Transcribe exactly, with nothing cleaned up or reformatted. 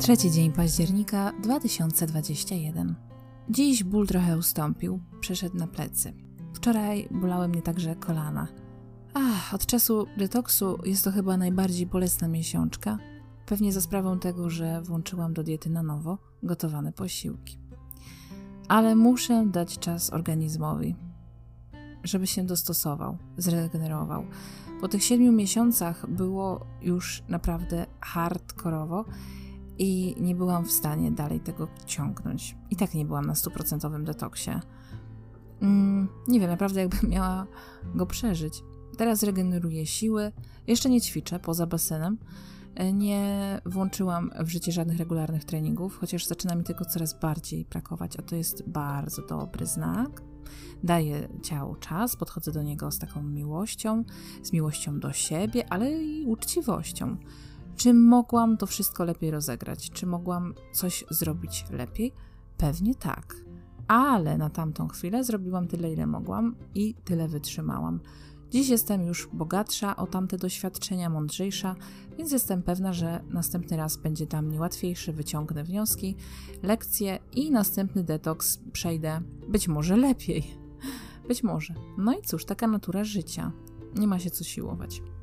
Trzeci dzień października dwa tysiące dwudziestego pierwszego. Dziś ból trochę ustąpił, przeszedł na plecy. Wczoraj bolały mnie także kolana. Ach, od czasu detoksu jest to chyba najbardziej bolesna miesiączka. Pewnie za sprawą tego, że włączyłam do diety na nowo gotowane posiłki. Ale muszę dać czas organizmowi, żeby się dostosował, zregenerował. Po tych siedmiu miesiącach było już naprawdę hardkorowo i nie byłam w stanie dalej tego ciągnąć. I tak nie byłam na stuprocentowym detoksie. Mm, nie wiem, naprawdę jakbym miała go przeżyć. Teraz regeneruję siły, jeszcze nie ćwiczę poza basenem. Nie włączyłam w życie żadnych regularnych treningów, chociaż zaczyna mi tego coraz bardziej brakować, a to jest bardzo dobry znak. Daję ciału czas, podchodzę do niego z taką miłością, z miłością do siebie, ale i uczciwością. Czy mogłam to wszystko lepiej rozegrać? Czy mogłam coś zrobić lepiej? Pewnie tak, ale na tamtą chwilę zrobiłam tyle, ile mogłam i tyle wytrzymałam. Dziś jestem już bogatsza o tamte doświadczenia, mądrzejsza, więc jestem pewna, że następny raz będzie dla mnie łatwiejszy, wyciągnę wnioski, lekcje i następny detoks przejdę być może lepiej. Być może. No i cóż, taka natura życia. Nie ma się co siłować.